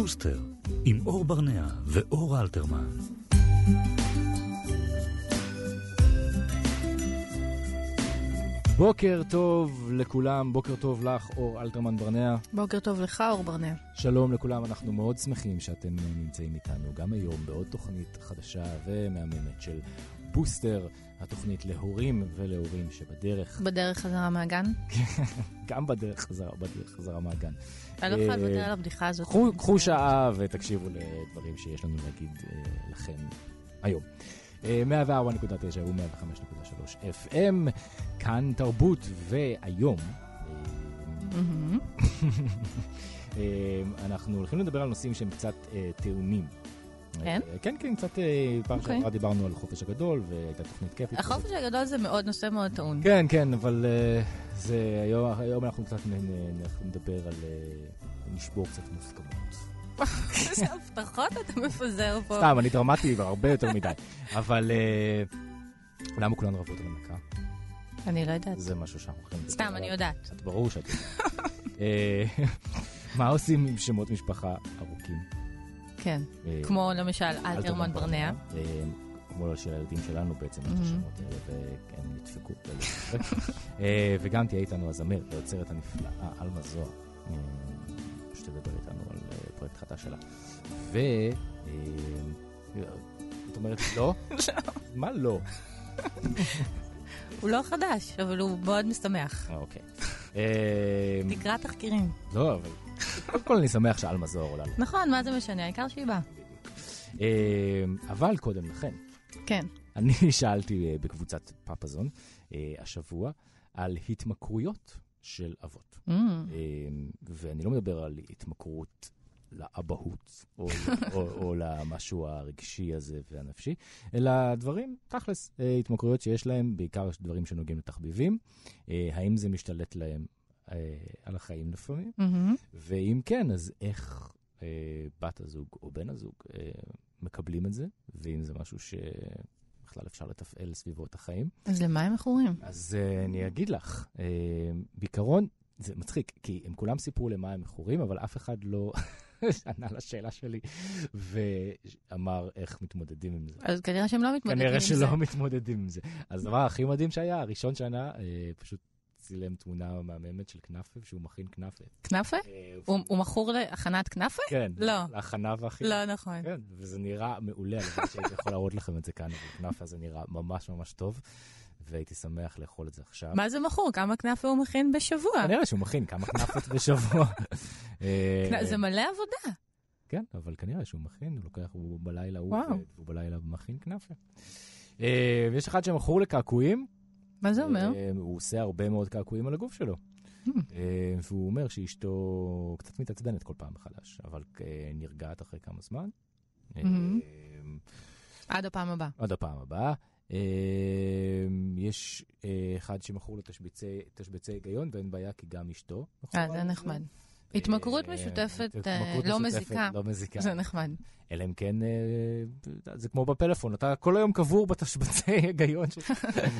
בוסטר, עם אור ברנע ואור אלתרמן. בוקר טוב לכולם, בוקר טוב לך, אור אלתרמן ברנע. בוקר טוב לך, אור ברנע. שלום לכולם, אנחנו מאוד שמחים שאתם נמצאים איתנו גם היום בעוד תוכנית חדשה ומהממת של בוסטר, התוכנית להורים ולהורים שבדרך. בדרך חזרה מהגן? גם בדרך חזרה מהגן. אני לא חייב יותר על הבדיחה הזאת. קחו שעה ותקשיבו לדברים שיש לנו להגיד לכם היום. 104.9 ו-105.3 FM, כאן תרבות, והיום אנחנו הולכים לדבר על נושאים שהם קצת טעונים. כן? כן, קצת פעם שעברה דיברנו על החופש הגדול, והייתה תוכנית כיפית. החופש הגדול זה מאוד נושא מאוד טעון. כן, אבל היום אנחנו קצת נדבר על נשבור קצת מוסכמות. איזה הבטחות אתה מפזר פה. סתם, אני דרמטי והרבה יותר מדי. אבל למה כולן רבות על המכה? אני לא יודעת. זה משהו שאנחנו הולכים לדבר. סתם, אני יודעת. את ברור שאת יודעת. מה עושים עם שמות משפחה ארוכים? כן, כמו למשל אלתרמן ברנע. כמו של הילדים שלנו בעצם, את השמות האלה, והם נדפקו. וגם תהיה איתנו הזמר, היוצרת הנפלאה, אלמה זוהר. שתדבר איתנו על פרויקט חדש שלה. את אומרת לא? לא. מה לא? הוא לא חדש, אבל הוא מאוד משמח. אוקיי. תקרא תחקירים. לא, אבל קודם כל אני שמח שאלמה זוהר עולה. נכון, מה זה משנה? העיקר שהיא באה. אבל קודם לכן. כן. אני שאלתי בקבוצת פאפזון השבוע על התמכרויות של אבות. ואני לא מדבר על התמכרות לאבהות, או למשהו הרגשי הזה והנפשי, אלא דברים, תכלס, התמכרויות שיש להם, בעיקר דברים שנוגעים לתחביבים, האם זה משתלט להם על החיים לפעמים, ואם כן, אז איך בת הזוג או בן הזוג מקבלים את זה, ואם זה משהו בכלל אפשר לתפעל סביבו את החיים. אז למה הם מכורים? אז אני אגיד לך, בעיקרון, זה מצחיק, כי הם כולם סיפרו למה הם מכורים, אבל אף אחד לא ענה לשאלה שלי, ואמר איך מתמודדים עם זה. אז כנראה שהם לא מתמודדים עם זה. כנראה שלא מתמודדים עם זה. אז הדבר הכי מדהים שהיה, הראשון שענה, פשוט צילם תמונה מהממת של כנפה, שהוא מכין כנפה. כנפה? הוא מכור להכנת כנפה? כן. לא. להכנה והכי. לא, נכון. כן, וזה נראה מעולה, אני חושב שהייתי יכול להראות לכם את זה כאן, אבל כנפה זה נראה ממש ממש טוב, והייתי שמח לאכול את זה עכשיו. מה זה מכור? כמה כנפה הוא מכין בשבוע? כנראה שהוא מכין כמה כנפות בשבוע. זה מלא עבודה. כן, אבל כנראה שהוא מכין, הוא לוקח, הוא בלילה הוא בלילה מכין כנפה. ויש אחד שמכור לקעקועים, מה זה אומר? הוא עושה הרבה מאוד קעקועים על הגוף שלו. והוא אומר שאשתו קצת מתעצבנת כל פעם מחדש, אבל נרגעת אחרי כמה זמן. עד הפעם הבאה. עד הפעם הבאה. יש אחד שמכור לתשבצי היגיון, ואין בעיה כי גם אשתו. זה נחמד. התמכרות משותפת לא מזיקה. לא מזיקה. זה נחמד. אלא אם כן, זה כמו בפלאפון, אתה כל היום קבור בתשבצי היגיון שלך.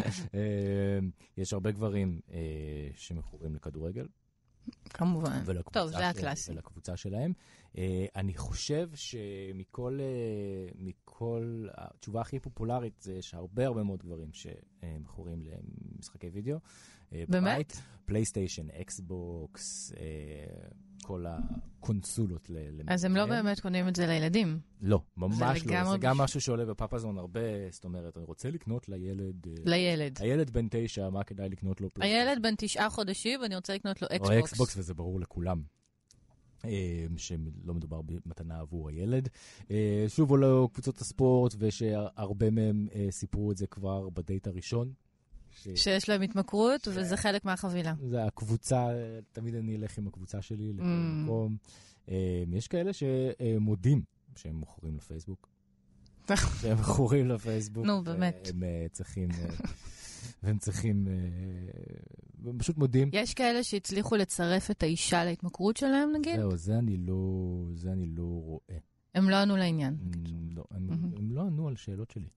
יש הרבה גברים שמכורים לכדורגל. כמובן. טוב, זה הקלאסי. ולקבוצה שלהם. אני חושב שמכל התשובה הכי פופולרית זה שהרבה מאוד גברים שמכורים למשחקי וידאו. באמת? פלייסטיישן, אקסבוקס, כל הקונסולות. אז הם לא באמת קונים את זה לילדים? לא, ממש לא. זה גם משהו שעולה בפאפזון הרבה, זאת אומרת, אני רוצה לקנות לילד. הילד בן 9, מה כדאי לקנות לו? הילד בן 9 חודשים, ואני רוצה לקנות לו אקסבוקס. או אקסבוקס, וזה ברור לכולם. שלא מדובר במתנה עבור הילד. שוב עולו קבוצות הספורט, ושהרבה מהם סיפרו את זה כבר בדייט הראשון. שיש להם התמכרות, וזה חלק מהחבילה. זה הקבוצה, תמיד אני אלך עם הקבוצה שלי לכל מקום. יש כאלה שמודים שהם מוכרים לפייסבוק. שהם מוכרים לפייסבוק. נו, באמת. והם צריכים, הם פשוט מודים. יש כאלה שהצליחו לצרף את האישה להתמכרות שלהם, נגיד? זהו, זה אני לא רואה. הם לא ענו לעניין. לא, הם לא ענו על שאלות שלי.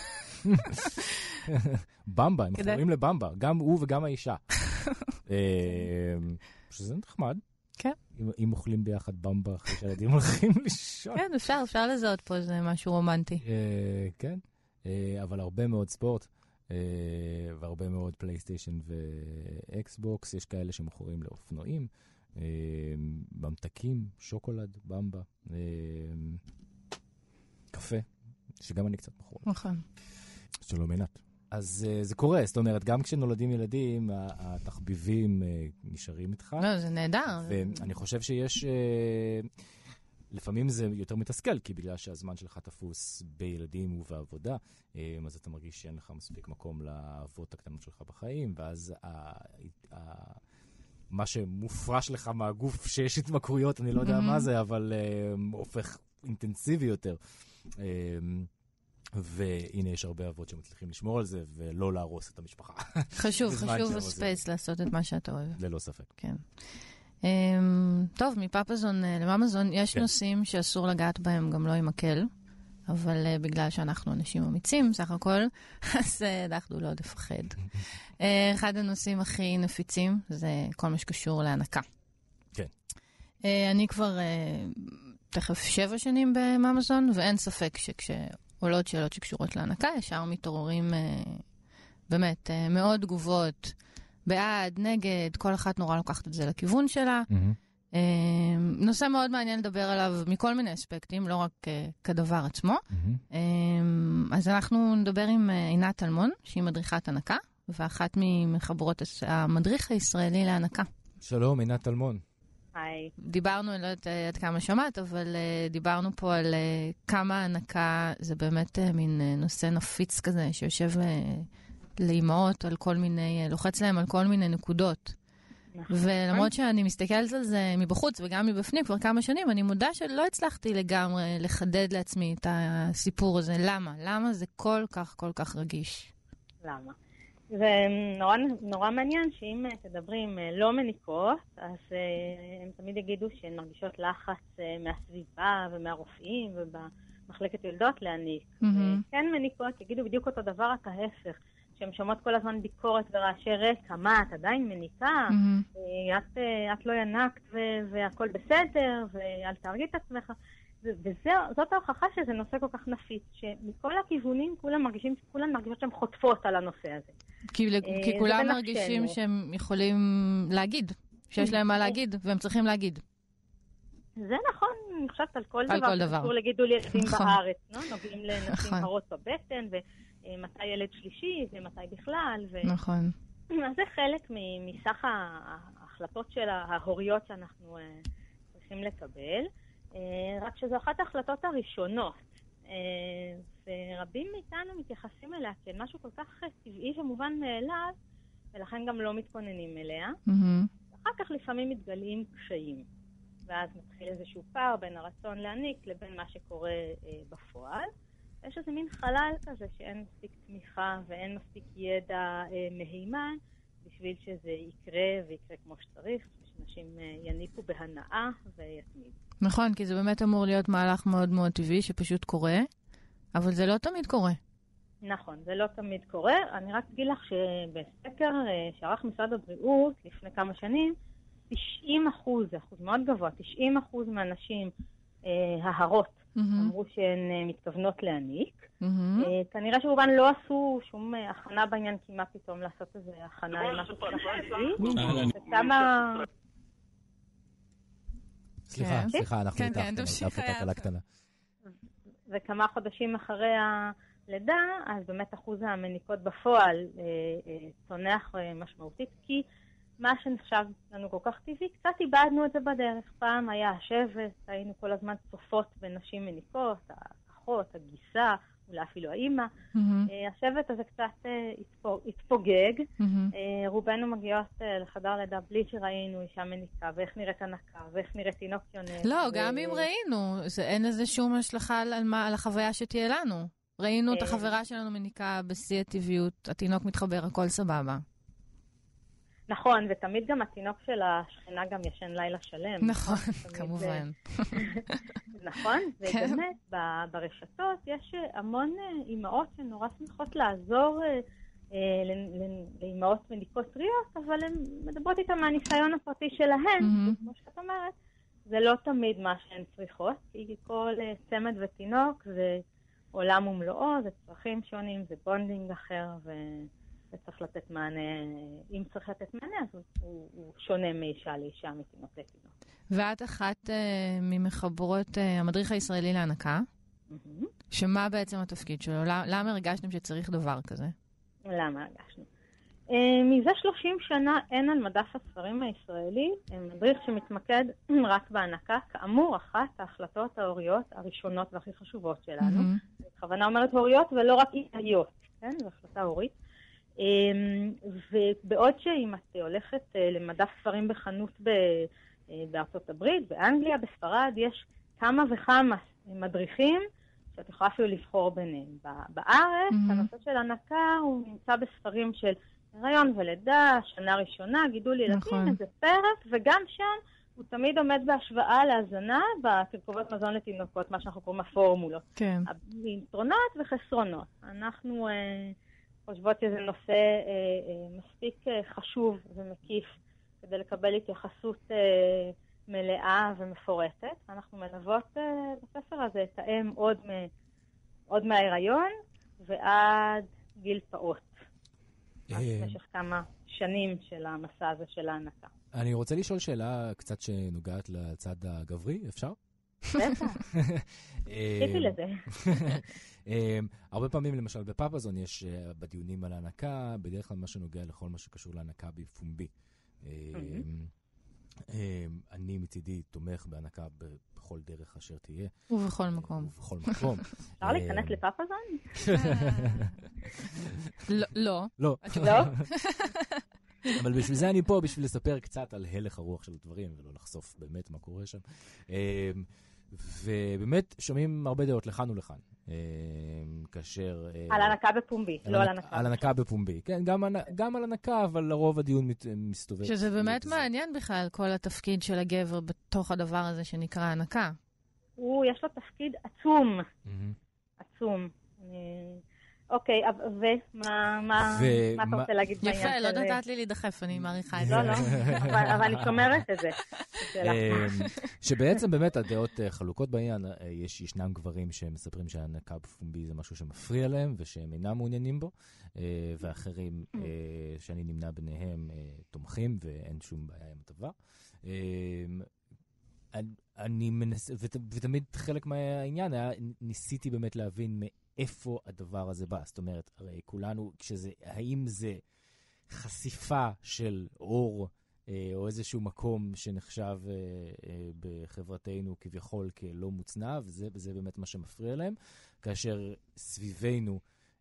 במבה, הם מכורים לבמבה, גם הוא וגם האישה. שזה נחמד. כן. אם אוכלים ביחד במבה אחרי שהילדים הולכים לישון. כן, אפשר לזהות פה, זה משהו רומנטי. כן, אבל הרבה מאוד ספורט, והרבה מאוד פלייסטיישן ואקסבוקס. יש כאלה שמוכרים לאופנועים, ממתקים, שוקולד, במבה, קפה, שגם אני קצת מכור. נכון. שלום עינת. אז זה קורה, זאת אומרת, גם כשנולדים ילדים, התחביבים נשארים איתך. לא, זה נהדר. ואני חושב שיש, לפעמים זה יותר מתסכל, כי בגלל שהזמן שלך תפוס בילדים ובעבודה, אז אתה מרגיש שאין לך מספיק מקום לאהבות הקטנות שלך בחיים, ואז מה שמופרש לך מהגוף שיש התמכרויות, אני לא יודע מה זה, אבל הופך אינטנסיבי יותר. והנה יש הרבה אבות שמצליחים לשמור על זה, ולא להרוס את המשפחה. חשוב בספייס לעשות את מה שאתה אוהב. ללא ספק. כן. טוב, מפאפזון לממזון, יש נושאים שאסור לגעת בהם גם לא עם מקל, אבל בגלל שאנחנו אנשים אמיצים, סך הכל, אז אנחנו לא לפחד. אחד הנושאים הכי נפיצים זה כל מה שקשור להנקה. כן. אני כבר תכף 7 שנים בממזון, ואין ספק עולות שאלות שקשורות להנקה, ישר מתעוררים באמת מאוד תגובות, בעד, נגד, כל אחת נורא לוקחת את זה לכיוון שלה. נושא מאוד מעניין לדבר עליו מכל מיני אספקטים, לא רק כדבר עצמו. אז אנחנו נדבר עם עינת טלמון, שהיא מדריכת הנקה, ואחת ממחברות המדריך הישראלי להנקה. שלום, עינת טלמון. היי. דיברנו, אני לא יודעת עד כמה שמעת, אבל דיברנו פה על כמה הנקה, זה באמת מין נושא נפיץ כזה, שיושב לאימהות על כל מיני, לוחץ להם על כל מיני נקודות. ולמרות שאני מסתכלת על זה מבחוץ וגם מבפנים כבר כמה שנים, אני מודה שלא הצלחתי לגמרי לחדד לעצמי את הסיפור הזה. למה? למה זה כל כך רגיש? למה? זה נורא מעניין שאם תדברים לא מניקות, אז הם תמיד יגידו שהן מרגישות לחץ מהסביבה ומהרופאים ובמחלקת יולדות להניק. כן מניקות יגידו בדיוק אותו דבר, רק ההפך. שהן שומעות כל הזמן ביקורת ורעשי רקע, מה, את עדיין מניקה? את לא ינקת והכל בסדר, ואל תהרגי את עצמך. וזאת ההוכחה שזה נושא כל כך נפיץ, שמכל הכיוונים כולן מרגישות שהן חוטפות על הנושא הזה. כי כולם מרגישים שהם יכולים להגיד, שיש להם מה להגיד, והם צריכים להגיד. זה נכון, אני חושבת על כל דבר. קשור לגידול ילדים בארץ, נוגעים לנשים הרות בבטן, ומתי ילד שלישי, ומתי בכלל. נכון. אז זה חלק מסך ההחלטות של ההוריות שאנחנו צריכים לקבל. רק שזו אחת ההחלטות הראשונות, ורבים מאיתנו מתייחסים אליה כמשהו כל כך טבעי ומובן מאליו, ולכן גם לא מתכוננים אליה. אחר כך לפעמים מתגלים קשיים, ואז מתחיל איזשהו פער בין הרצון להניק לבין מה שקורה בפועל. יש איזה מין חלל כזה שאין מספיק תמיכה ואין מספיק ידע מהימן בשביל שזה יקרה ויקרה כמו שצריך, ושאנשים יניקו בהנאה ויתמיד. נכון, כי זה באמת אמור להיות מהלך מאוד מאוד טבעי שפשוט קורה, אבל זה לא תמיד קורה. נכון, זה לא תמיד קורה. אני רק אגיד לך שבסקר שערך משרד הבריאות לפני כמה שנים, 90%, זה אחוז מאוד גבוה, 90% מהנשים ההרות אמרו שהן מתכוונות להניק. כנראה שרובן לא עשו שום הכנה בעניין, כי מה פתאום לעשות איזה הכנה למשהו כל כך טבעי. וכמה... סליחה, אנחנו איתך תקלה קטנה. וכמה חודשים אחרי הלידה, אז באמת אחוז המניקות בפועל צונח משמעותית, כי מה שנחשב לנו כל כך טבעי, קצת איבדנו את זה בדרך. פעם היה השבט, היינו כל הזמן צופות בנשים מניקות, האחות, הגיסה, אולי אפילו האמא. השבט הזה קצת התפוגג. רובנו מגיעות לחדר לידה בלי שראינו אישה מניקה, ואיך נראית הנקה, ואיך נראית תינוק יונק. לא, גם אם ראינו, אין לזה שום השלכה על החוויה שתהיה לנו. ראינו את החברה שלנו מניקה בשיא הטבעיות, התינוק מתחבר, הכל סבבה. נכון, ותמיד גם התינוק של השכנה גם ישן לילה שלם. נכון, כמובן. נכון, ובאמת ברשתות יש המון אימהות שנורא שמחות לעזור לאמהות מניקות טריות, אבל הן מדברות איתן מהניסיון הפרטי שלהן, כמו שאת אומרת, זה לא תמיד מה שהן צריכות, כי כל צמד ותינוק זה עולם ומלואו, זה צרכים שונים, זה בונדינג אחר, וצריך לתת מענה, אם צריך לתת מענה, אז הוא שונה מאישה לאישה, מתינוק לתינוק. ואת אחת ממחברות המדריך הישראלי להנקה, שמה בעצם התפקיד שלו? למה הרגשתם שצריך דבר כזה? למה הרגשנו? מזה 30 שנה אין על מדף הספרים הישראלי מדריך שמתמקד רק בהנקה. כאמור, אחת ההחלטות ההוריות הראשונות והכי חשובות שלנו. בכוונה אומרת הוריות ולא רק אימהיות, כן? זו החלטה הורית. ובעוד שאם את הולכת למדף ספרים בחנות בארצות הברית, באנגליה, בספרד, יש כמה וכמה מדריכים שאת יכולה אפילו לבחור ביניהם. בארץ, הנושא של הנקה הוא נמצא בספרים של הריון ולידה, שנה ראשונה, גידול ילדים, איזה פרק, וגם שם הוא תמיד עומד בהשוואה להזנה בתרכובות מזון לתינוקות, מה שאנחנו קוראים הפורמולות. כן. יתרונות וחסרונות. אנחנו חושבות שזה נושא מספיק חשוב ומקיף כדי לקבל התייחסות מלאה ומפורטת. אנחנו מלוות בספר הזה את האם עוד מההיריון ועד גיל פעוט. במשך כמה שנים של המסע הזה של ההנקה. אני רוצה לשאול שאלה קצת שנוגעת לצד הגברי, אפשר? בטח. חיכיתי לזה. הרבה פעמים, למשל, בפאפזון יש בדיונים על ההנקה, בדרך כלל מה שנוגע לכל מה שקשור להנקה בפומבי. אני מצידי תומך בהנקה בכל דרך אשר תהיה. ובכל מקום. ובכל מקום. אפשר להיכנס לפאפזון? לא. לא. לא? אבל בשביל זה אני פה, בשביל לספר קצת על הלך הרוח של הדברים, ולא לחשוף באמת מה קורה שם. ובאמת שומעים הרבה דעות לכאן ולכאן. כאשר... על הנקה בפומבי, לא על הנקה. על הנקה בפומבי, כן, גם על הנקה, אבל לרוב הדיון מסתובב. שזה באמת מעניין בכלל, כל התפקיד של הגבר בתוך הדבר הזה שנקרא הנקה. יש לו תפקיד עצום. עצום. אוקיי, ומה אתה רוצה להגיד בעניין? יפה, לא נתת לי להידחף, אני מעריכה את זה. לא, אבל אני שומרת את זה. שבעצם באמת הדעות חלוקות בעניין, ישנם גברים שמספרים שההנקה בפומבי זה משהו שמפריע להם ושהם אינם מעוניינים בו, ואחרים שאני נמנע ביניהם תומכים ואין שום בעיה עם הדבר. אני מנסה, ותמיד חלק מהעניין היה, ניסיתי באמת להבין מאיפה הדבר הזה בא. זאת אומרת, הרי כולנו, האם זה חשיפה של אור, או איזשהו מקום שנחשב בחברתנו כביכול כלא מוצנע, וזה באמת מה שמפריע להם, כאשר סביבנו,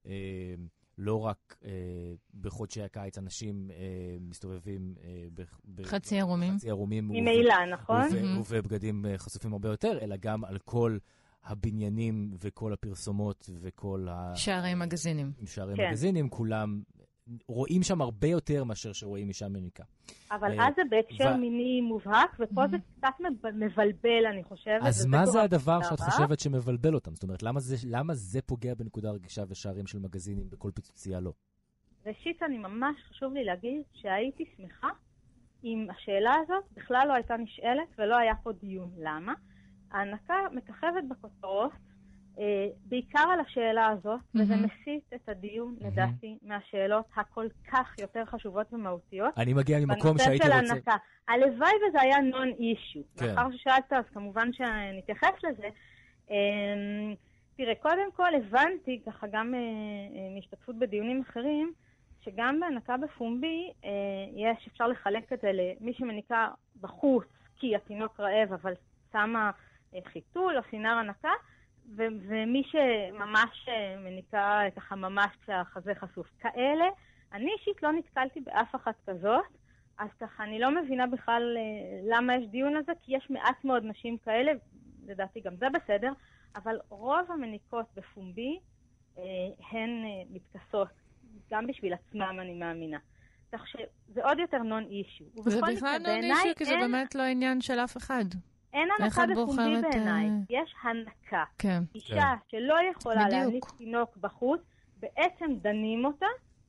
לא רק בחודשי הקיץ אנשים מסתובבים חצי ערומים. ממילא, נכון? ובגדים חשופים הרבה יותר, אלא גם על כל הבניינים וכל הפרסומות וכל שערי מגזינים. שערי מגזינים, כולם רואים שם הרבה יותר מאשר שרואים אישה מניקה. אבל אז זה בהקשר מיני מובהק, ופה זה קצת מבלבל, אני חושבת. אז מה זה הדבר שאת חושבת שמבלבל אותם? זאת אומרת, למה זה פוגע בנקודה רגישה ושערים של מגזינים בכל פיצוצייה לא? ראשית, אני ממש חשוב לי להגיד שהייתי שמחה אם השאלה הזאת בכלל לא הייתה נשאלת ולא היה פה דיון. למה? ההנקה מככבת בכותרות, בעיקר על השאלה הזאת, וזה מסיט את הדיון, לדעתי, מהשאלות הכל כך יותר חשובות ומהותיות. אני מגיע ממקום שהייתי רוצה... בנושא של ההנקה. הלוואי וזה היה non-issue. לאחר ששאלת, אז כמובן שנתייחס לזה. תראה, קודם כל הבנתי, ככה גם מהשתתפות בדיונים אחרים, שגם בהנקה בפומבי, אפשר לחלק את זה למי שמניקה בחוץ, כי התינוק רעב, אבל שמה חיתול או סינר הנקה, ומי שממש מניקה ככה ממש כשהחזה חשוף. כאלה, אני אישית לא נתקלתי באף אחת כזאת, אז ככה אני לא מבינה בכלל למה יש דיון הזה, כי יש מעט מאוד נשים כאלה, לדעתי גם זה בסדר, אבל רוב המניקות בפומבי הן מתכסות, גם בשביל עצמם אני מאמינה. כך שזה עוד יותר non-issue. זה בכלל non-issue, כי זה באמת לא עניין של אף אחד. אין הנקה בפומבי בעיניי, יש הנקה. כן. אישה שלא יכולה להניק תינוק בחוץ, בעצם דנים אותה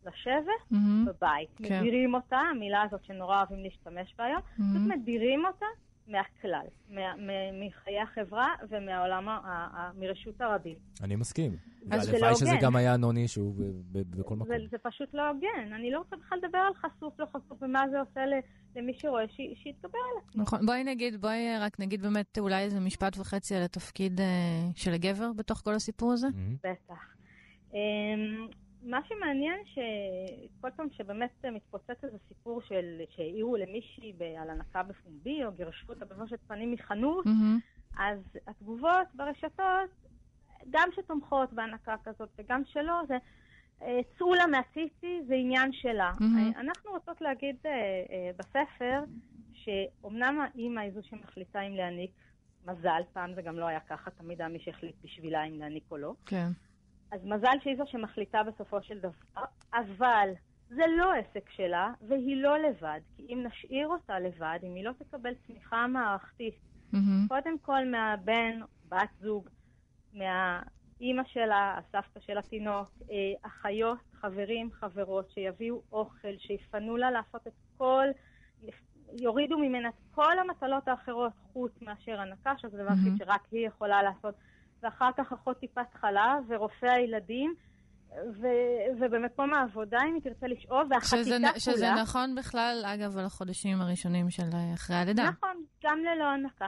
לשבת בבית. מדירים אותה, המילה הזאת שנורא אוהבים להשתמש בה היום, פשוט מדירים אותה מהכלל, מחיי החברה ומהעולם, מרשות הרבים. אני מסכים. והלוואי שזה גם היה נוני שהוא בכל מקום. זה פשוט לא הוגן. אני לא רוצה בכלל לדבר על חשוף, לא חשוף, ומה זה עושה למי שרואה שיתקבל עליו. נכון. בואי רק נגיד באמת אולי איזה משפט וחצי על התפקיד של הגבר בתוך כל הסיפור הזה. בטח. מה שמעניין שכל פעם שבאמת מתפוצץ איזה סיפור שהעירו למישהי על הנקה בפומבי, או גירשו אותה בבושת פנים מחנות, אז התגובות ברשתות, גם שתומכות בהנקה כזאת וגם שלא, זה צאו לה מהציצי, זה עניין שלה. אנחנו רוצות להגיד בספר, שאומנם האמא היא זו שמחליטה אם להעניק, מזל, פעם זה גם לא היה ככה, תמיד היה מי שהחליט בשבילה אם להעניק או לא. כן. אז מזל שהיא זו שמחליטה בסופו של דבר, אבל זה לא עסק שלה, והיא לא לבד. כי אם נשאיר אותה לבד, אם היא לא תקבל תמיכה מערכתית, קודם כל מהבן, בת זוג, מהאימא שלה, הסבתא של התינוק, אחיות, חברים, חברות, שיביאו אוכל, שיפנו לה לעשות את כל, יורידו ממנה את כל המטלות האחרות, חוץ מאשר הנקה, שזה דבר שרק היא יכולה לעשות. ואחר כך אחות טיפת חלב ורופא הילדים, ובמקום העבודה אם היא תרצה לשאוב, והחקיקה כולה. שזה נכון בכלל, אגב, על החודשים הראשונים של אחרי הלידה. נכון, גם ללא הנקה.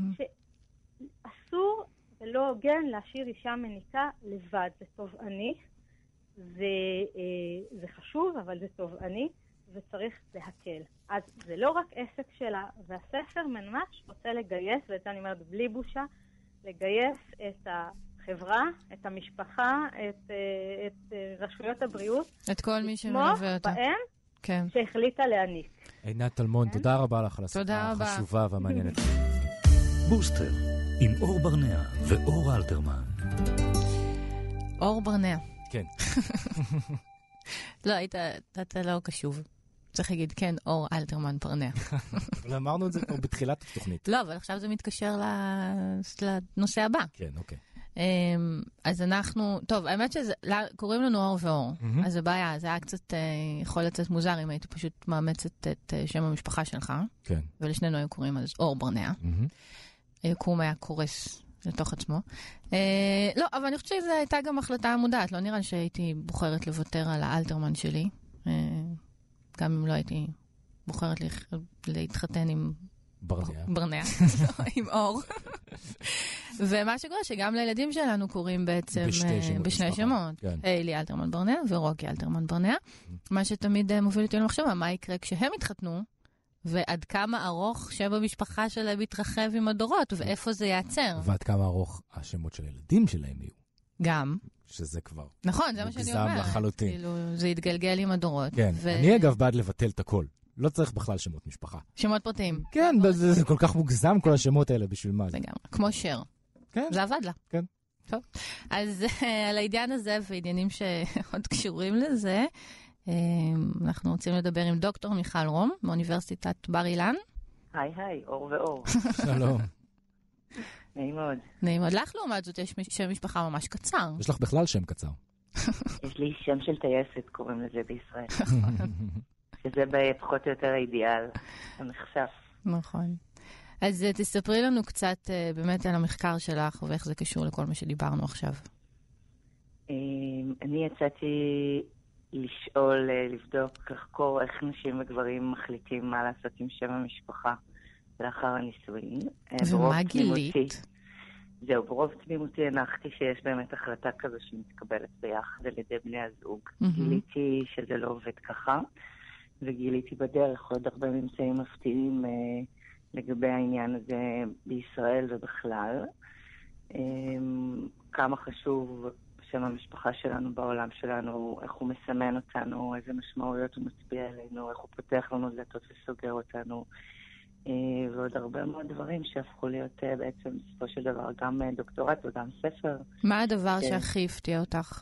שאסור ולא הוגן להשאיר אישה מניקה לבד. זה תובעני, זה חשוב, אבל זה תובעני, וצריך להקל. אז זה לא רק עסק שלה, והספר ממש רוצה לגייס, ואת זה אני אומרת בלי בושה, לגייס את החברה, את המשפחה, את רשויות הבריאות. את כל מי שמלווה אותה. בהם, כן. שהחליטה להעניק. עינת טלמון, תודה רבה לך על השיחה החשובה והמעניינת. בוסטר, עם אור ברנע ואור אלתרמן. אור ברנע. כן. לא, אתה לא קשוב. צריך להגיד, כן, אור אלתרמן ברנע. אבל אמרנו את זה כבר בתחילת התוכנית. לא, אבל עכשיו זה מתקשר לנושא הבא. כן, אוקיי. אז אנחנו, טוב, האמת שקוראים לנו אור ואור. אז הבעיה, זה היה קצת, יכול לצאת מוזר אם הייתי פשוט מאמצת את שם המשפחה שלך. כן. ולשנינו היו קוראים אז אור ברנע. היקום היה קורס לתוך עצמו. לא, אבל אני חושבת שזו הייתה גם החלטה מודעת. לא נראה שהייתי בוחרת לוותר על האלתרמן שלי. גם אם לא הייתי בוחרת להתחתן עם ברנע, עם אור. ומה שקורה שגם לילדים שלנו קוראים בעצם בשני שמות. אלי אלתרמן ברנע ורוקי אלתרמן ברנע. מה שתמיד מוביל אותי למחשבה, מה יקרה כשהם יתחתנו, ועד כמה ארוך שם המשפחה שלהם יתרחב עם הדורות, ואיפה זה ייעצר. ועד כמה ארוך השמות של הילדים שלהם יהיו. גם. שזה כבר נכון, זה מה שאני אומרת. לחלוטין. כאילו, זה יתגלגל עם הדורות. כן, אני אגב בעד לבטל את הכל. לא צריך בכלל שמות משפחה. שמות פרטיים. כן, זה כל כך מוגזם כל השמות האלה בשביל מה. לגמרי, כמו שר. כן. זה עבד לה. כן. טוב. אז על העניין הזה ועניינים שעוד קשורים לזה, אנחנו רוצים לדבר עם דוקטור מיכל רום, מאוניברסיטת בר אילן. היי, אור ואור. שלום. נעים מאוד. נעים מאוד. לך לעומת זאת יש שם משפחה ממש קצר. יש לך בכלל שם קצר. יש לי שם של טייסת, קוראים לזה בישראל. שזה פחות או יותר האידיאל, הנחשף. נכון. אז תספרי לנו קצת באמת על המחקר שלך, ואיך זה קשור לכל מה שדיברנו עכשיו. אני יצאתי לשאול, לבדוק, לחקור איך נשים וגברים מחליטים מה לעשות עם שם המשפחה לאחר הנישואין. ומה גילית? זהו, ברוב תמימותי הנחתי שיש באמת החלטה כזו שמתקבלת ביחד על ידי בני הזוג. גיליתי שזה לא עובד ככה, וגיליתי בדרך עוד הרבה ממצאים מפתיעים לגבי העניין הזה בישראל ובכלל. כמה חשוב שם המשפחה שלנו בעולם שלנו, איך הוא מסמן אותנו, איזה משמעויות הוא מצביע עלינו, איך הוא פותח לנו דלתות וסוגר אותנו, ועוד הרבה מאוד דברים שהפכו להיות בעצם בסופו של דבר גם דוקטורט וגם ספר. מה הדבר שהכי הפתיע אותך?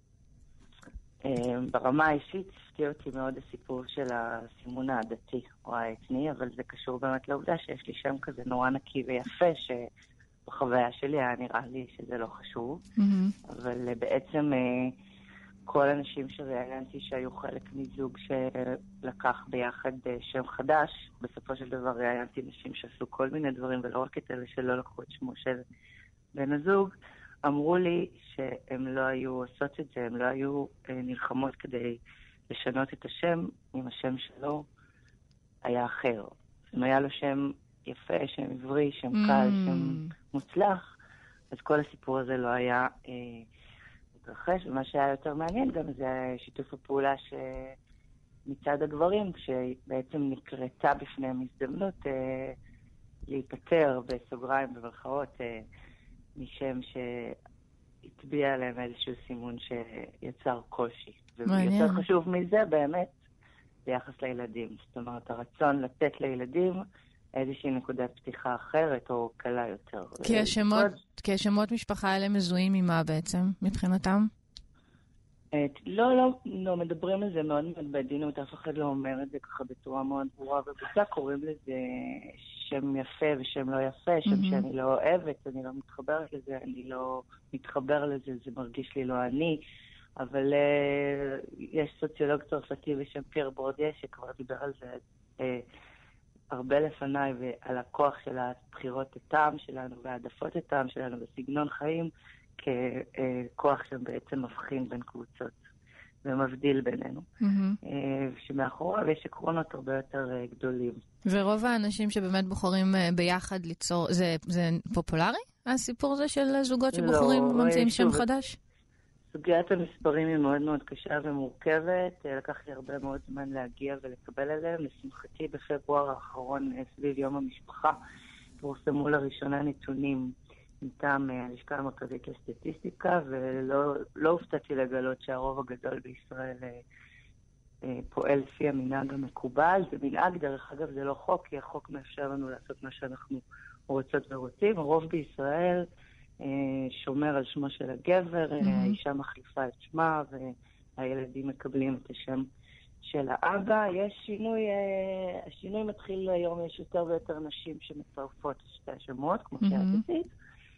ברמה האישית הפתיע אותי מאוד הסיפור של הסימון העדתי או האתני, אבל זה קשור באמת לעובדה שיש לי שם כזה נורא נקי ויפה בחוויה שלי היה נראה לי שזה לא חשוב, אבל בעצם כל האנשים שראיינתי שהיו חלק מזוג שלקח ביחד שם חדש, בסופו של דבר ראיינתי נשים שעשו כל מיני דברים, ולא רק את אלה שלא לקחו את שמו של בן הזוג, אמרו לי שהם לא היו עושות את זה, הם לא היו נלחמות כדי לשנות את השם, אם השם שלו היה אחר. אם היה לו שם יפה, שם עברי, שם קל, שם מוצלח, אז כל הסיפור הזה לא היה מתרחש, ומה שהיה יותר מעניין גם זה שיתוף הפעולה מצד הגברים, כשבעצם נקרתה בפניהם הזדמנות להיפטר בסוגריים במרכאות משם שהטביע עליהם איזשהו סימון שיצר קושי. ויותר חשוב מזה באמת ביחס לילדים. זאת אומרת, הרצון לתת לילדים איזושהי נקודת פתיחה אחרת או קלה יותר. כי השמות משפחה האלה מזוהים ממה בעצם, מבחינתם? לא, מדברים על זה מאוד מאוד בעדינות, אף אחד לא אומר את זה ככה בצורה מאוד ברורה, ובצע קוראים לזה שם יפה ושם לא יפה, שם שאני לא אוהבת, אני לא מתחברת לזה, אני לא מתחבר לזה, זה מרגיש לי לא אני, אבל יש סוציולוג צרפתי בשם פייר בורדיה שכבר דיבר על זה הרבה לפניי, ועל הכוח של הבחירות הטעם שלנו והעדפות הטעם שלנו בסגנון חיים, ככוח שבעצם מבחין בין קבוצות ומבדיל בינינו. שמאחוריו יש עקרונות הרבה יותר גדולים. ורוב האנשים שבאמת בוחרים ביחד ליצור, זה פופולרי? הסיפור הזה של זוגות שבוחרים ממציאים שם חדש? סוגיית המספרים היא מאוד מאוד קשה ומורכבת. לקח לי הרבה מאוד זמן להגיע ולקבל עליהם. לשמחתי בפברואר האחרון, סביב יום המשפחה, פורסמו לראשונה נתונים מטעם הלשכה המרכזית לסטטיסטיקה, ולא הופתעתי לגלות שהרוב הגדול בישראל פועל לפי המנהג המקובל. זה מנהג, דרך אגב, זה לא חוק, כי החוק מאפשר לנו לעשות מה שאנחנו רוצות ורוצים. הרוב בישראל שומר על שמו של הגבר, האישה מחליפה את שמה, והילדים מקבלים את השם של האבא. יש שינוי, השינוי מתחיל היום, יש יותר ויותר נשים שמצרפות שתי השמות, כמו שעשיתי.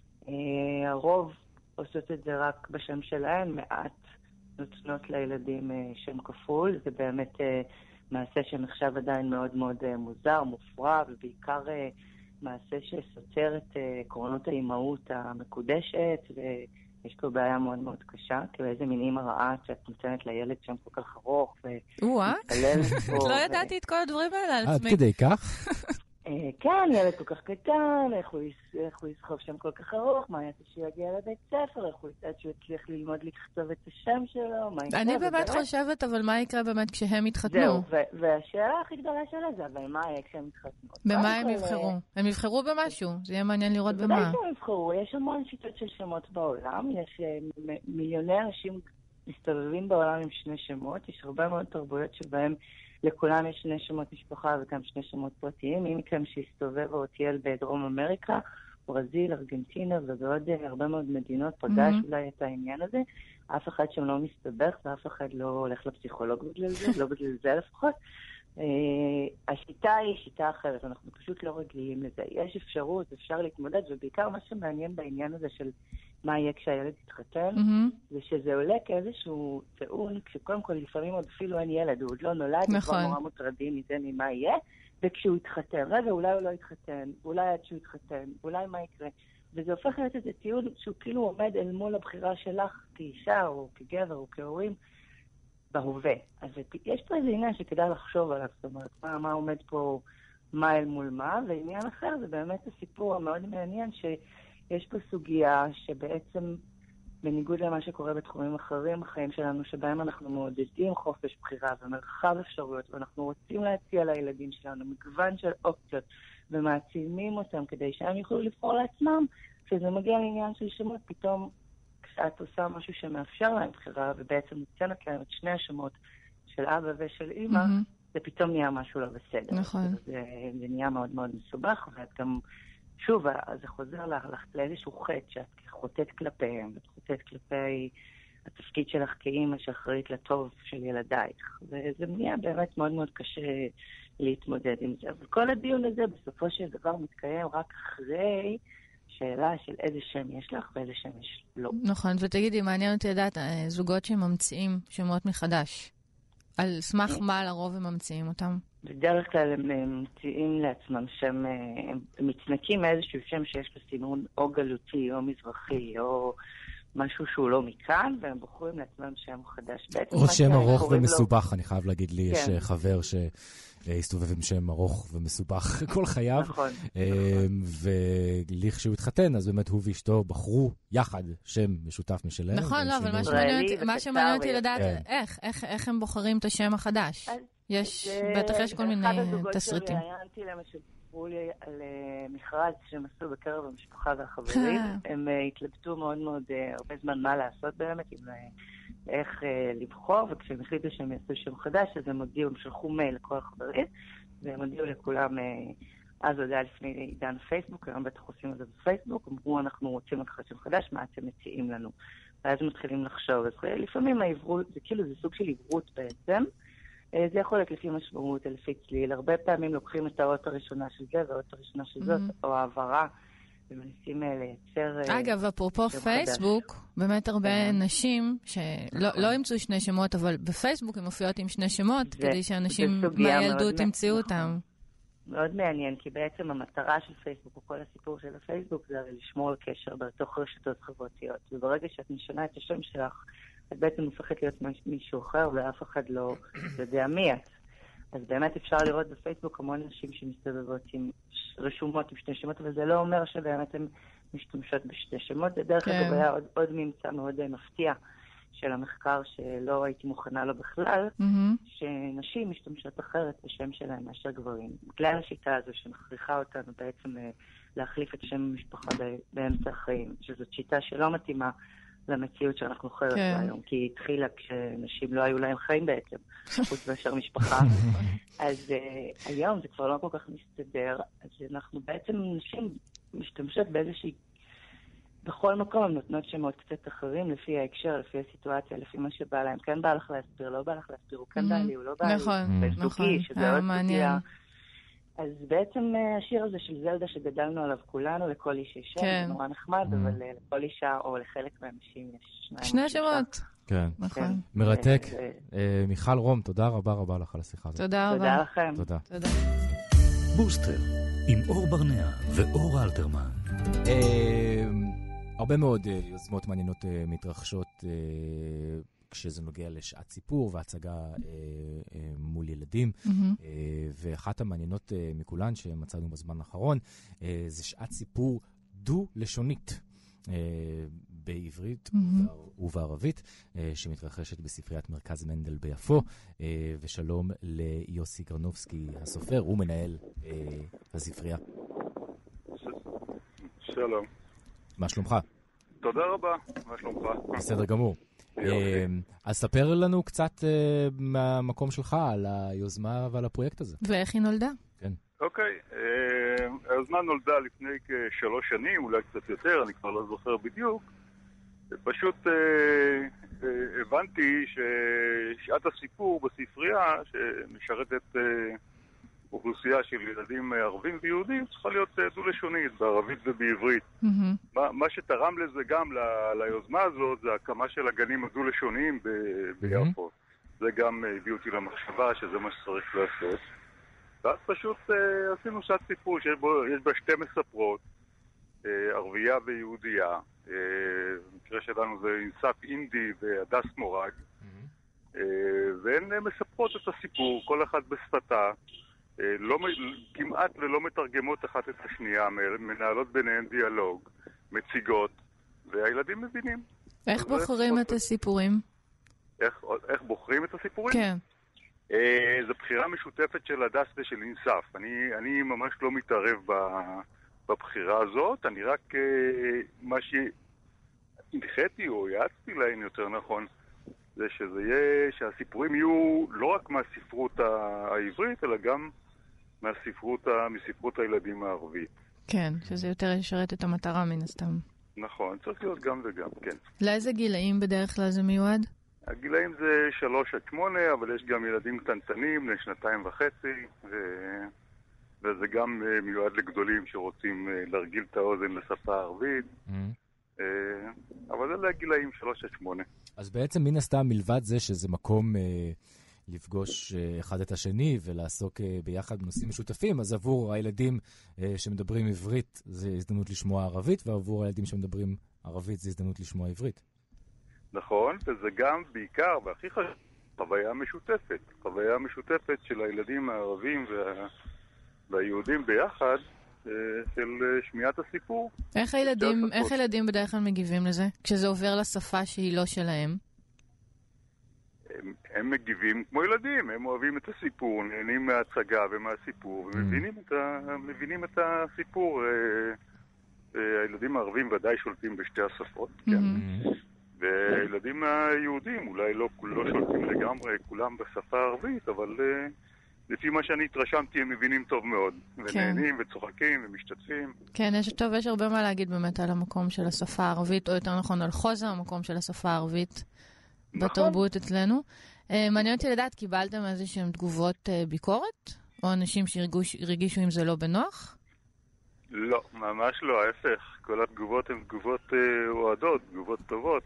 הרוב עושות את זה רק בשם שלהן, מעט נותנות לילדים שם כפול. זה באמת מעשה שנחשב עדיין מאוד מאוד מוזר, מופרע, ובעיקר מעשה שסותר את עקרונות האימהות המקודשת, ויש פה בעיה מאוד מאוד קשה, כי באיזה מין אימא רעה שאת נותנת לילד שם כל כך ארוך, ומתפללת פה. לא ידעתי את כל הדברים האלה על עצמי. עד כדי כך? כן, ילד כל כך קטן, איך הוא יסחוב שם כל כך ארוך, מה יעשה שיגיע לבית ספר, איך הוא יצטעד שהוא יצליח ללמוד לכתוב את השם שלו, מה יקרה? אני באמת חושבת, אבל מה יקרה באמת כשהם יתחתנו? זהו, והשאלה הכי גדולה שלה זה, אבל מה יהיה כשהם יתחתנו? במה הם יבחרו? הם יבחרו במשהו, זה יהיה מעניין לראות במה. בוודאי שהם יבחרו, יש המון שיטות של שמות בעולם, יש מיליוני אנשים מסתובבים בעולם עם שני שמות, יש הרבה מאוד תרבויות שבהם לכולם יש שני שמות משפחה וגם שני שמות פרטיים. מי מכם שהסתובב או טייל בדרום אמריקה, ברזיל, ארגנטינה ובעוד הרבה מאוד מדינות פגש אולי את העניין הזה. אף אחד שם לא מסתבך ואף אחד לא הולך לפסיכולוג בגלל זה, לא בגלל זה לפחות. השיטה היא שיטה אחרת, אנחנו פשוט לא רגילים לזה. יש אפשרות, אפשר להתמודד, ובעיקר מה שמעניין בעניין הזה של מה יהיה כשהילד יתחתן, זה שזה עולה כאיזשהו טעון, כשקודם כל לפעמים עוד אפילו אין ילד, הוא עוד לא נולד, כבר נורא מוטרדים מזה ממה יהיה, וכשהוא יתחתן, רגע, אולי הוא לא יתחתן, אולי עד שהוא יתחתן, אולי מה יקרה, וזה הופך להיות איזה טיעון שהוא כאילו עומד אל מול הבחירה שלך כאישה או כגבר או כהורים בהווה. אז יש פה איזה עניין שכדאי לחשוב עליו, זאת אומרת, מה עומד פה, מה אל מול מה, ועניין אחר זה באמת הסיפור המאוד מעניין שיש פה סוגיה שבעצם בניגוד למה שקורה בתחומים אחרים בחיים שלנו, שבהם אנחנו מעודדים חופש בחירה ומרחב אפשרויות, ואנחנו רוצים להציע לילדים שלנו מגוון של אופציות, ומעצימים אותם כדי שהם יוכלו לבחור לעצמם, כשזה מגיע לעניין של שמות, פתאום כשאת עושה משהו שמאפשר להם בחירה, ובעצם נותנת להם את שני השמות של אבא ושל אמא, זה פתאום נהיה משהו לא בסדר. נכון. זה נהיה מאוד מאוד מסובך, ואת גם, שוב, זה חוזר לך לאיזשהו חטא, שאת חוטאת כלפיהם, ואת חוטאת כלפי התפקיד שלך כאימא שאחראית לטוב של ילדייך. וזה נהיה באמת מאוד מאוד קשה להתמודד עם זה. אבל כל הדיון הזה בסופו של דבר מתקיים רק אחרי שאלה של איזה שם יש לך ואיזה שם יש לא. נכון, ותגידי, מעניין אותי לדעת, זוגות שממציאים שמות מחדש, על סמך מה לרוב הם ממציאים אותם? בדרך כלל הם ממציאים לעצמם שם, הם מצנקים מאיזשהו שם שיש לו סינון או גלותי או מזרחי או משהו שהוא לא מכאן, והם בוחרים לעצמם שם חדש. או שם ארוך ומסובך, אני חייב להגיד לי, יש חבר שהסתובב עם שם ארוך ומסובך כל חייו. נכון. ולכשהוא התחתן, אז באמת הוא ואשתו בחרו יחד שם משותף משלהם. נכון, לא, אבל מה שמעניין אותי לדעת, איך הם בוחרים את השם החדש? בטח יש כל מיני תסריטים. ראיינתי להם שסיפרו לי על מכרז שהם עשו בקרב המשפחה והחברים. הם התלבטו מאוד מאוד הרבה זמן מה לעשות באמת, איך לבחור, וכשהם החליטו שהם יעשו שם חדש, אז הם הודיעו, הם שלחו מייל לכל החברים, והם הודיעו לכולם, אז הודעה לפני עידן פייסבוק, היום בטח עושים את זה בפייסבוק, אמרו, אנחנו רוצים לקחת שם חדש, מה אתם מציעים לנו? ואז מתחילים לחשוב. אז לפעמים העברות, זה כאילו, זה סוג של עברות בעצם, זה יכול להיות לפי משמעות, לפי צליל. הרבה פעמים לוקחים את האות הראשונה של זה והאות הראשונה של זאת, או העברה, ומנסים לייצר... אגב, אפרופו פייסבוק, באמת הרבה נשים שלא ימצאו שני שמות, אבל בפייסבוק הן מופיעות עם שני שמות, כדי שאנשים מהילדות ימצאו אותם. מאוד מעניין, כי בעצם המטרה של פייסבוק, או כל הסיפור של הפייסבוק, זה לשמור על קשר בתוך רשתות חברתיות. וברגע שאת משנה את השם שלך, את בעצם הופכת להיות מישהו אחר, ואף אחד לא יודע מי את. אז באמת אפשר לראות בפייסבוק המון נשים שמסתובבות עם רשומות עם שני שמות, אבל זה לא אומר שבאמת הן משתמשות בשתי שמות. זה דרך אגב היה עוד ממצא מאוד מפתיע של המחקר שלא הייתי מוכנה לו בכלל, שנשים משתמשות אחרת בשם שלהם מאשר גברים. בגלל השיטה הזו שמכריחה אותנו בעצם להחליף את שם המשפחה באמצע החיים, שזאת שיטה שלא מתאימה למציאות שאנחנו חייבת היום, כי היא התחילה כשנשים לא היו להם חיים בעצם, חוץ מאשר משפחה. אז היום זה כבר לא כל כך מסתדר, אז אנחנו בעצם נשים משתמשות באיזושהי, בכל מקום הן נותנות שמות קצת אחרים, לפי ההקשר, לפי הסיטואציה, לפי מה שבא להם. כן בא לך להסביר, לא בא לך להסביר, הוא כן בא לי, הוא לא בא לי. נכון, שזה עוד מעניין. אז בעצם השיר הזה של זלדה שגדלנו עליו כולנו, לכל איש אישה, זה נורא נחמד, אבל לכל אישה או לחלק מהאנשים יש שני שמות. כן, מרתק. מיכל רום, תודה רבה רבה לך על השיחה הזאת. תודה רבה. תודה לכם. תודה. בוסטר, עם אור ברנע ואור אלתרמן. הרבה מאוד יוזמות מעניינות מתרחשות כשזה נוגע לשעת סיפור והצגה מול ילדים. ואחת המעניינות מכולן שמצאנו בזמן האחרון, זה שעת סיפור דו-לשונית בעברית ובערבית, שמתרחשת בספריית מרכז מנדל ביפו. ושלום ליוסי גרנובסקי הסופר, הוא מנהל הספרייה. שלום. מה שלומך? תודה רבה, מה שלומך? בסדר גמור. אז ספר לנו קצת מהמקום שלך על היוזמה ועל הפרויקט הזה. ואיך היא נולדה? כן. אוקיי, היוזמה נולדה לפני כ3 שנים, אולי קצת יותר, אני כבר לא זוכר בדיוק. פשוט הבנתי ששעת הסיפור בספרייה, שמשרתת אוכלוסייה של ילדים ערבים ויהודים, צריכה להיות דו-לשונית, בערבית ובעברית. מה שתרם לזה גם ליוזמה הזאת, זה הקמה של הגנים הדו-לשוניים ביפו. זה גם הביא אותי למחשבה שזה מה שצריך לעשות. ואז פשוט עשינו שעת סיפור שיש בה 2 מספרות, ערבייה ויהודייה. במקרה שלנו זה אינסף אינדי והדס מורג. והן מספרות את הסיפור, כל אחד בשפתה. כמעט ולא מתרגמות אחת את השנייה, מנהלות ביניהן דיאלוג, מציגות, והילדים מבינים. איך בוחרים את הסיפורים? איך בוחרים את הסיפורים? כן. זו בחירה משותפת של הדס ושל אינסף. אני ממש לא מתערב בבחירה הזאת, אני רק מה שהנחיתי או יעצתי להן יותר נכון, זה שהסיפורים יהיו לא רק מהספרות העברית, אלא גם מספרות הילדים הערבית. כן, שזה יותר ישרת את המטרה מן הסתם. נכון, צריך להיות גם וגם, כן. לאיזה גילאים בדרך כלל זה מיועד? הגילאים זה 3 עד 8, אבל יש גם ילדים קטנטנים, 2.5, וזה גם מיועד לגדולים שרוצים להרגיל את האוזן לשפה הערבית. אבל זה לגילאים 3-8. אז בעצם מן הסתם מלבד זה שזה מקום לפגוש אחד את השני ולעסוק ביחד בנושאים משותפים, אז עבור הילדים שמדברים עברית זה הזדמנות לשמוע ערבית, ועבור הילדים שמדברים ערבית זה הזדמנות לשמוע עברית. נכון, וזה גם בעיקר, והכי חשוב, חוויה משותפת של הילדים הערבים והיהודים ביחד, של שמיעת הסיפור. איך ילדים בדרך כלל מגיבים לזה? כשזה עובר לשפה שהיא לא שלהם? הם מגיבים כמו ילדים, הם אוהבים את הסיפור, נהנים מההצגה ומהסיפור, ומבינים את הסיפור. הילדים הערבים ודאי שולטים בשתי השפות, כן. והילדים היהודים אולי לא שולטים לגמרי, כולם בשפה הערבית, אבל לפי מה שאני התרשמתי הם מבינים טוב מאוד. ונהנים וצוחקים ומשתתפים. כן, יש הרבה מה להגיד באמת על המקום של השפה הערבית, או יותר נכון על חוזה המקום של השפה הערבית בתרבות אצלנו. מעניין אותי לדעת, קיבלתם איזשהם תגובות ביקורת? או אנשים שהרגישו עם זה לא בנוח? לא, ממש לא, ההפך. כל התגובות הן תגובות אוהדות, תגובות טובות.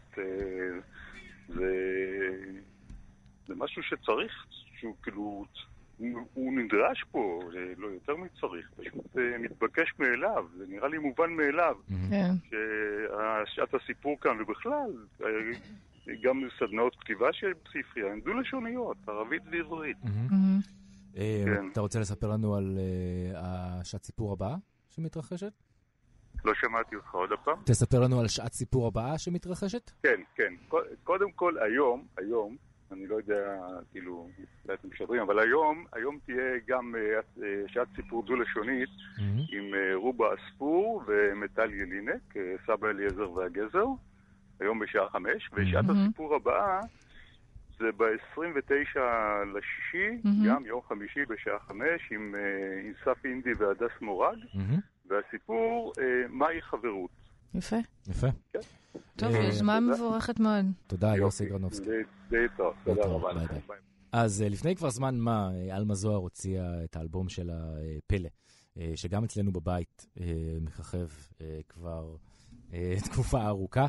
זה משהו שצריך, שהוא כאילו, הוא נדרש פה, לא יותר מצריך, פשוט מתבקש מאליו, זה נראה לי מובן מאליו. שעת הסיפור כאן ובכלל, גם סדנאות כתיבה של ספרייה, הן דו-לשוניות, ערבית ועברית. אתה רוצה לספר לנו על השעת סיפור הבאה שמתרחשת? לא שמעתי אותך עוד הפעם. תספר לנו על שעת סיפור הבאה שמתרחשת? כן, כן. קודם כל, היום, אני לא יודע, כאילו, אתם משדרים, אבל היום תהיה גם שעת סיפור דו-לשונית עם רובה אספור ומטל ילינק, סבא אליעזר והגזר, היום בשעה 5, ושעת הסיפור הבאה זה ב-29 לשישי, גם יום חמישי בשעה 5, עם סף אינדי והדס מורג, והסיפור, מהי חברות. יפה. יפה. כן. טוב, יוזמה מבורכת מאוד. תודה, יוסי גרנובסקי. זה טוב, תודה רבה. אז לפני כבר זמן מה, אלמה זוהר הוציאה את האלבום של הפלא, שגם אצלנו בבית מככב כבר תקופה ארוכה,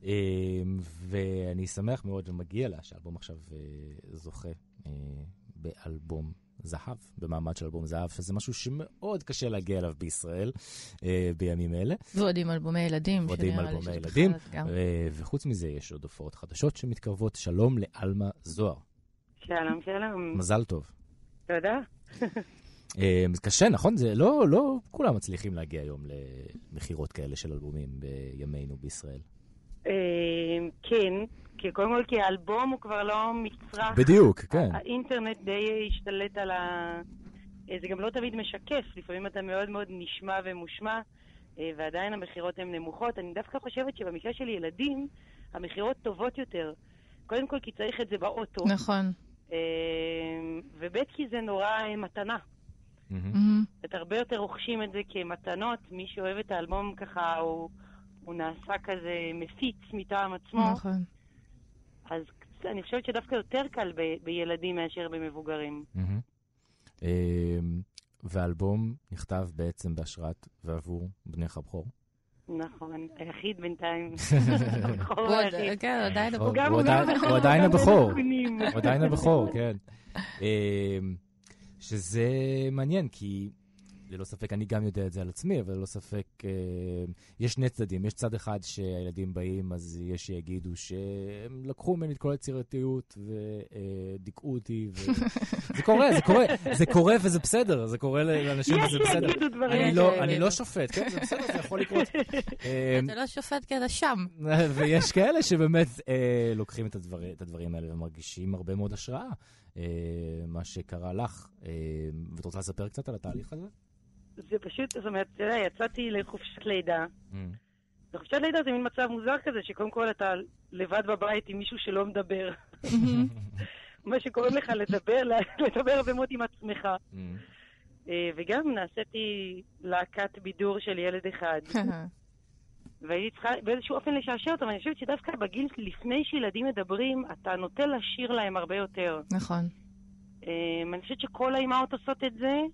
ואני שמח מאוד ומגיע לה שהאלבום עכשיו זוכה באלבום זהב, במעמד של אלבום זהב, שזה משהו שמאוד קשה להגיע אליו בישראל בימים אלה. ועוד עם אלבומי ילדים. ועוד עם אלבומי ילדים. וחוץ מזה יש עוד הופעות חדשות שמתקרבות. שלום לאלמה זוהר. שלום, שלום. מזל טוב. תודה. זה קשה, נכון? זה לא כולם מצליחים להגיע היום למחירות כאלה של אלבומים בימינו בישראל. כן. כי קודם כל, כי האלבום הוא כבר לא מצרך. בדיוק, כן. האינטרנט די השתלט על זה גם לא תמיד משקף. לפעמים אתה מאוד מאוד נשמע ומושמע, ועדיין המחירות הן נמוכות. אני דווקא חושבת שבמקרה של ילדים, המחירות טובות יותר. קודם כל, כי צריך את זה באוטו. נכון. ובית כי זה נורא מתנה. את הרבה יותר רוכשים את זה כמתנות. מי שאוהב את האלבום ככה, הוא נעשה כזה מפיץ מטעם עצמו. נכון. אז אני חושבת שדווקא יותר קל בילדים מאשר במבוגרים. והאלבום נכתב בעצם בהשראת ועבור בנך הבכור. נכון, היחיד בינתיים. כן, עדיין הבכור. הוא עדיין הבכור. הוא עדיין הבכור, כן. שזה מעניין, כי ללא ספק, אני גם יודע את זה על עצמי, אבל ללא ספק, יש שני צדדים. יש צד אחד שהילדים באים, אז יש שיגידו שהם לקחו ממני את כל היצירתיות ודיכאו אותי. זה קורה וזה בסדר. זה קורה לאנשים וזה בסדר. אני לא שופט, כן? זה בסדר, זה יכול לקרות. אתה לא שופט כי אתה שם. ויש כאלה שבאמת לוקחים את הדברים האלה ומרגישים הרבה מאוד השראה. מה שקרה לך. ואת רוצה לספר קצת על התהליך הזה? זה פשוט, זאת אומרת, יצאתי לחופשת לידה. וחופשת לידה זה מין מצב מוזר כזה, שקודם כל אתה לבד בבית עם מישהו שלא מדבר. מה שקוראים לך לדבר הרבה מאוד עם עצמך. וגם נעשיתי להקת בידור של ילד אחד. והייתי צריכה באיזשהו אופן לשעשע אותם. אני חושבת שדווקא בגיל לפני שילדים מדברים, אתה נוטה לשיר להם הרבה יותר. נכון. אני חושבת שכל האימהות עושות את זה,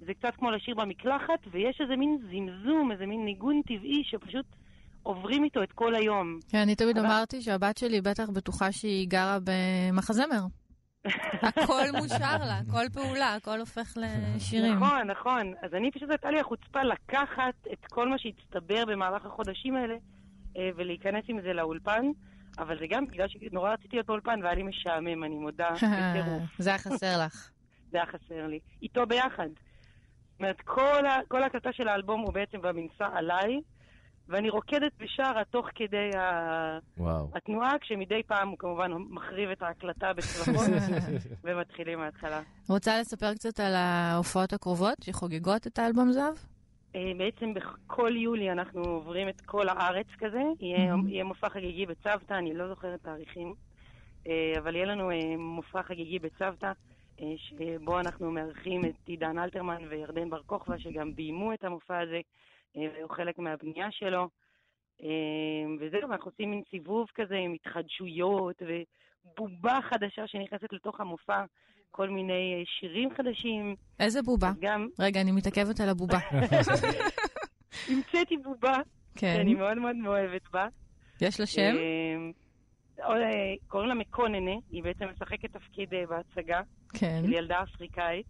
זה קצת כמו לשיר במקלחת, ויש איזה מין זמזום, איזה מין ניגון טבעי שפשוט עוברים איתו את כל היום. כן, אני תמיד אמרתי שהבת שלי בטח בטוחה שהיא גרה במחזמר. הכל מושר לה, כל פעולה, הכל הופך לשירים. נכון, נכון. אז אני פשוט הייתה לי החוצפה לקחת את כל מה שהצטבר במהלך החודשים האלה, ולהיכנס עם זה לאולפן, אבל זה גם בגלל שנורא רציתי להיות באולפן, והיה לי משעמם, אני מודה, בטירוף. זה היה חסר לך. זה היה חסר לי. איתו ביחד. זאת אומרת, כל הקלטה של האלבום הוא בעצם במנסה עליי, ואני רוקדת בשערה תוך כדי התנועה, כשמדי פעם הוא כמובן מחריב את ההקלטה בצלחות, ומתחילים מההתחלה. רוצה לספר קצת על ההופעות הקרובות שחוגגות את האלבום זהב? בעצם בכל יולי אנחנו עוברים את כל הארץ כזה. יהיה מופע חגיגי בצוותא, אני לא זוכרת תאריכים, אבל יהיה לנו מופע חגיגי בצוותא, שבו אנחנו מארחים את עידן אלתרמן וירדן בר כוכבא, שגם ביימו את המופע הזה, והוא חלק מהבנייה שלו. וזהו, אנחנו עושים מין סיבוב כזה עם התחדשויות ובובה חדשה שנכנסת לתוך המופע, כל מיני שירים חדשים. איזה בובה? גם... רגע, אני מתעכבת על הבובה. המצאתי בובה, שאני מאוד מאוד מאוהבת בה. יש לה שם? קוראים לה מקוננה, היא בעצם משחקת תפקיד בהצגה של ילדה אפריקאית.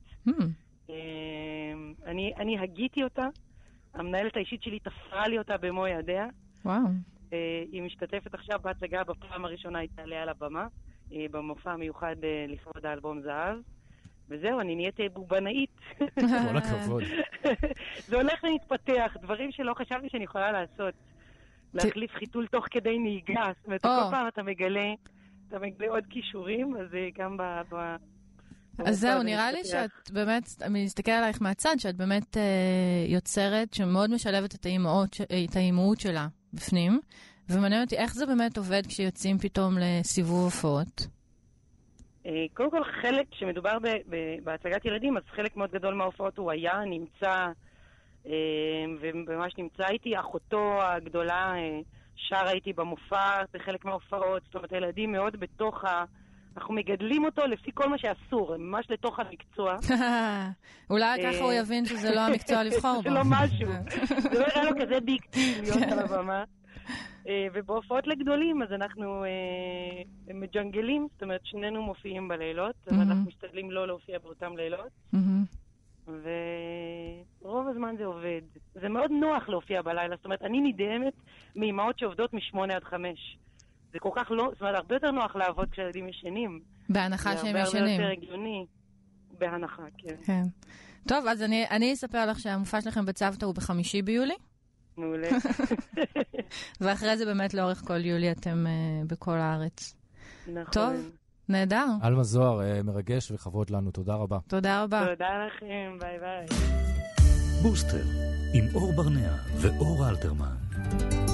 אני הגיתי אותה, המנהלת האישית שלי תפרה לי אותה במו ידיה. וואו. היא משתתפת עכשיו בהצגה, בפעם הראשונה היא תעלה על הבמה, במופע המיוחד לכבוד האלבום זהב. וזהו, אני נהיית בובנאית. כל הכבוד. זה הולך להתפתח, דברים שלא חשבתי שאני יכולה לעשות. להחליף חיתול תוך כדי נהיגה. זאת אומרת, כל פעם אתה מגלה עוד כישורים, אז גם אז זהו, נראה לי שאת באמת, אני מסתכל עלייך מהצד, שאת באמת יוצרת שמאוד משלבת את האימהות שלה בפנים, ומעניין אותי איך זה באמת עובד כשיוצאים פתאום לסיבוב הופעות. קודם כל, חלק, כשמדובר בהצגת ילדים, אז חלק מאוד גדול מההופעות הוא היה, נמצא, וממש נמצא איתי, אחותו הגדולה שרה איתי במופע, בחלק מההופעות, זאת אומרת, הילדים מאוד בתוך אנחנו מגדלים אותו לפי כל מה שאסור, ממש לתוך המקצוע. אולי ככה הוא יבין שזה לא המקצוע לבחור בו. זה לא משהו. זה לא יראה לו כזה ביג דיל להיות על הבמה. ובהופעות לגדולים, אז אנחנו מג'נגלים, זאת אומרת, שנינו מופיעים בלילות, אבל אנחנו משתדלים לא להופיע באותם לילות. ורוב הזמן זה עובד. זה מאוד נוח להופיע בלילה, זאת אומרת, אני נדהמת מאימהות שעובדות מ8 עד 5. זה כל כך לא, זאת אומרת, הרבה יותר נוח לעבוד כשילדים ישנים. בהנחה שהם ישנים. זה הרבה יותר הגיוני. בהנחה, כן. כן. טוב, אז אני אספר לך שהמופע שלכם בצוותא הוא ב5 ביולי. מעולה. ואחרי זה באמת לאורך כל יולי אתם בכל הארץ. נכון. טוב, נהדר. אלמה זוהר, מרגש וכבוד לנו, תודה רבה. תודה רבה. תודה לכם, ביי ביי. בוסטר, עם אור ברנע ואור אלתרמן.